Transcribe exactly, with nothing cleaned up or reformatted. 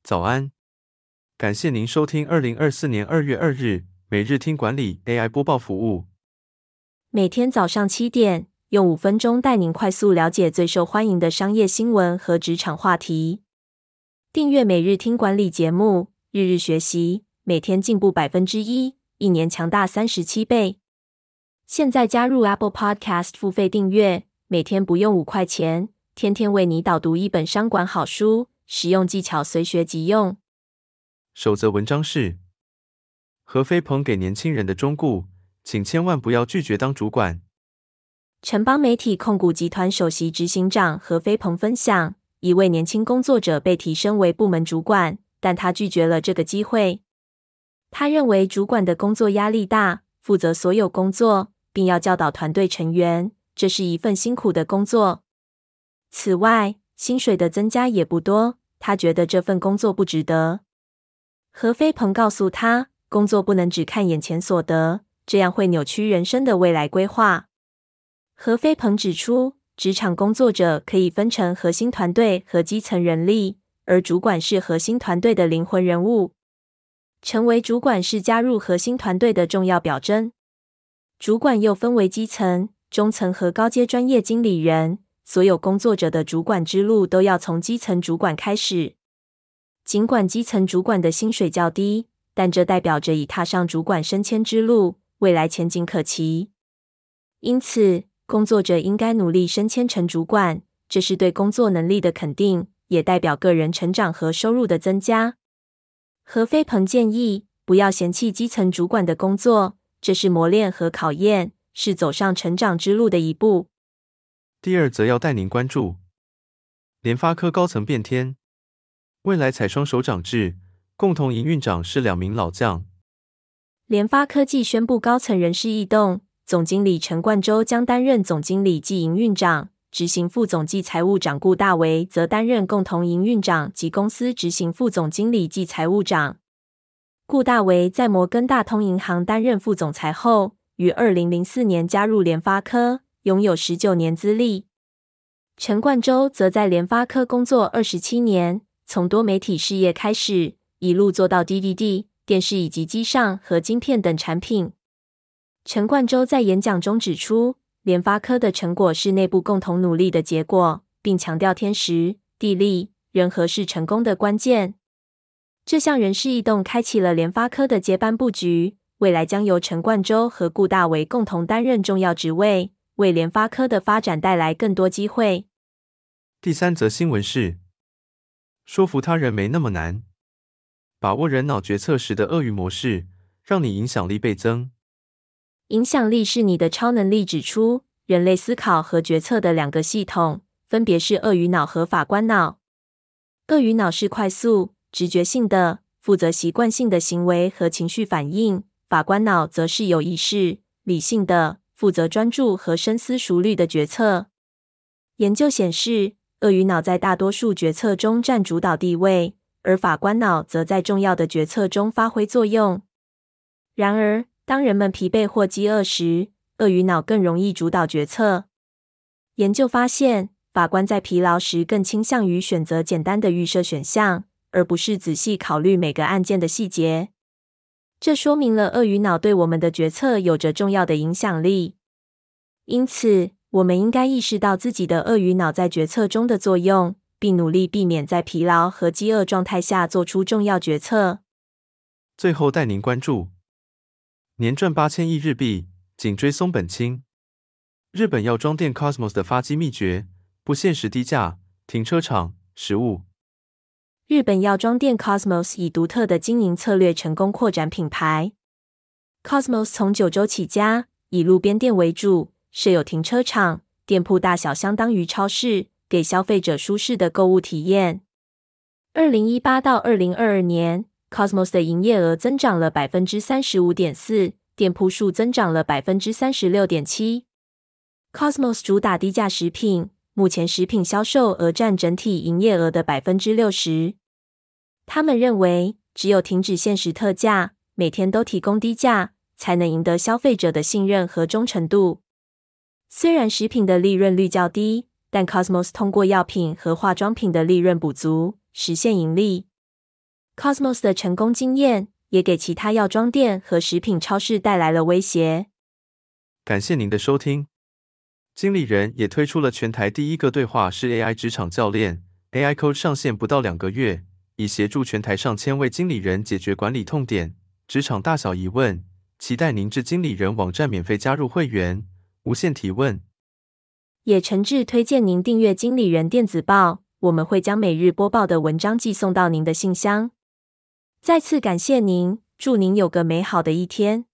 早安，感谢您收听二零二四年二月二日每日听管理 A I 播报服务。 每天早上七点，用五分钟带您快速了解最受欢迎的商业新闻和职场话题。订阅每日听管理节目，日日学习，每天进步百分之一，一年强大三十七倍。现在加入 Apple Podcast 付费订阅，每天不用五块钱，天天为你导读一本商管好书，实用技巧随学即用。 首则文章是何飞鹏给年轻人的忠告，请千万不要拒绝当主管。 城邦媒体控股集团首席执行长何飞鹏分享，一位年轻工作者被提升为部门主管，但他拒绝了这个机会。他认为主管的工作压力大，负责所有工作，并要教导团队成员，这是一份辛苦的工作。此外，薪水的增加也不多，他觉得这份工作不值得。何飞鹏告诉他，工作不能只看眼前所得，这样会扭曲人生的未来规划。何飞鹏指出，职场工作者可以分成核心团队和基层人力，而主管是核心团队的灵魂人物。成为主管是加入核心团队的重要表征。主管又分为基层、中层和高阶专业经理人，所有工作者的主管之路都要从基层主管开始。尽管基层主管的薪水较低，但这代表着已踏上主管升迁之路，未来前景可期。因此，工作者应该努力升迁成主管，这是对工作能力的肯定，也代表个人成长和收入的增加。何飞鹏建议，不要嫌弃基层主管的工作，这是磨练和考验，是走上成长之路的一步。 第二则要带您关注，联发科高层变天，未来采双手掌制，共同营运长是两名老将。 联发科技宣布高层人事异动，总经理陈冠洲将担任总经理暨营运长，执行副总暨财务长顾大为则担任共同营运长及公司执行副总经理暨财务长。顾大为在摩根大通银行担任副总裁后，于二零零四年加入联发科，拥有十九年资历。陈冠洲则在联发科工作二十七年，从多媒体事业开始，一路做到 D V D、电视以及机上和晶片等产品。陈冠洲在演讲中指出，联发科的成果是内部共同努力的结果，并强调天时、地利、人和是成功的关键。这项人事异动开启了联发科的接班布局，未来将由陈冠洲和顾大为共同担任重要职位，为联发科的发展带来更多机会。 第三则新闻是，说服他人没那么难，把握人脑决策时的鳄鱼模式，让你影响力倍增。 影响力是你的超能力指出，人类思考和决策的两个系统，分别是鳄鱼脑和法官脑。鳄鱼脑是快速、直觉性的，负责习惯性的行为和情绪反应；法官脑则是有意识、理性的，负责专注和深思熟虑的决策。研究显示，鳄鱼脑在大多数决策中占主导地位，而法官脑则在重要的决策中发挥作用。然而，当人们疲惫或饥饿时，鳄鱼脑更容易主导决策。研究发现，法官在疲劳时更倾向于选择简单的预设选项，而不是仔细考虑每个案件的细节。这说明了鳄鱼脑对我们的决策有着重要的影响力。因此，我们应该意识到自己的鳄鱼脑在决策中的作用，并努力避免在疲劳和饥饿状态下做出重要决策。 最后带您关注，年赚八千亿日币，紧追松本清。日本药妆店 Cosmos 的发迹秘诀，不限时低价，停车场、食物。 日本药妆店 Cosmos 以独特的经营策略成功扩展品牌。Cosmos 从九州起家，以路边店为主，设有停车场，店铺大小相当于超市，给消费者舒适的购物体验。二零一八到二零二二年，Cosmos 的营业额增长了 百分之三十五点四， 店铺数增长了 百分之三十六点七。Cosmos 主打低价食品，目前食品销售额占整体营业额的 百分之六十。他们认为，只有停止限时特价，每天都提供低价，才能赢得消费者的信任和忠诚度。虽然食品的利润率较低，但 Cosmos 通过药品和化妆品的利润补足，实现盈利。 Cosmos 的成功经验也给其他药妆店和食品超市带来了威胁。 感谢您的收听。经理人也推出了全台第一个对话式 A I 职场教练 ，A I Coach 上线不到两个月，已协助全台上千位经理人解决管理痛点、职场大小疑问。期待您至经理人网站免费加入会员，无限提问。 也诚挚推荐您订阅经理人电子报，我们会将每日播报的文章寄送到您的信箱。再次感谢您，祝您有个美好的一天。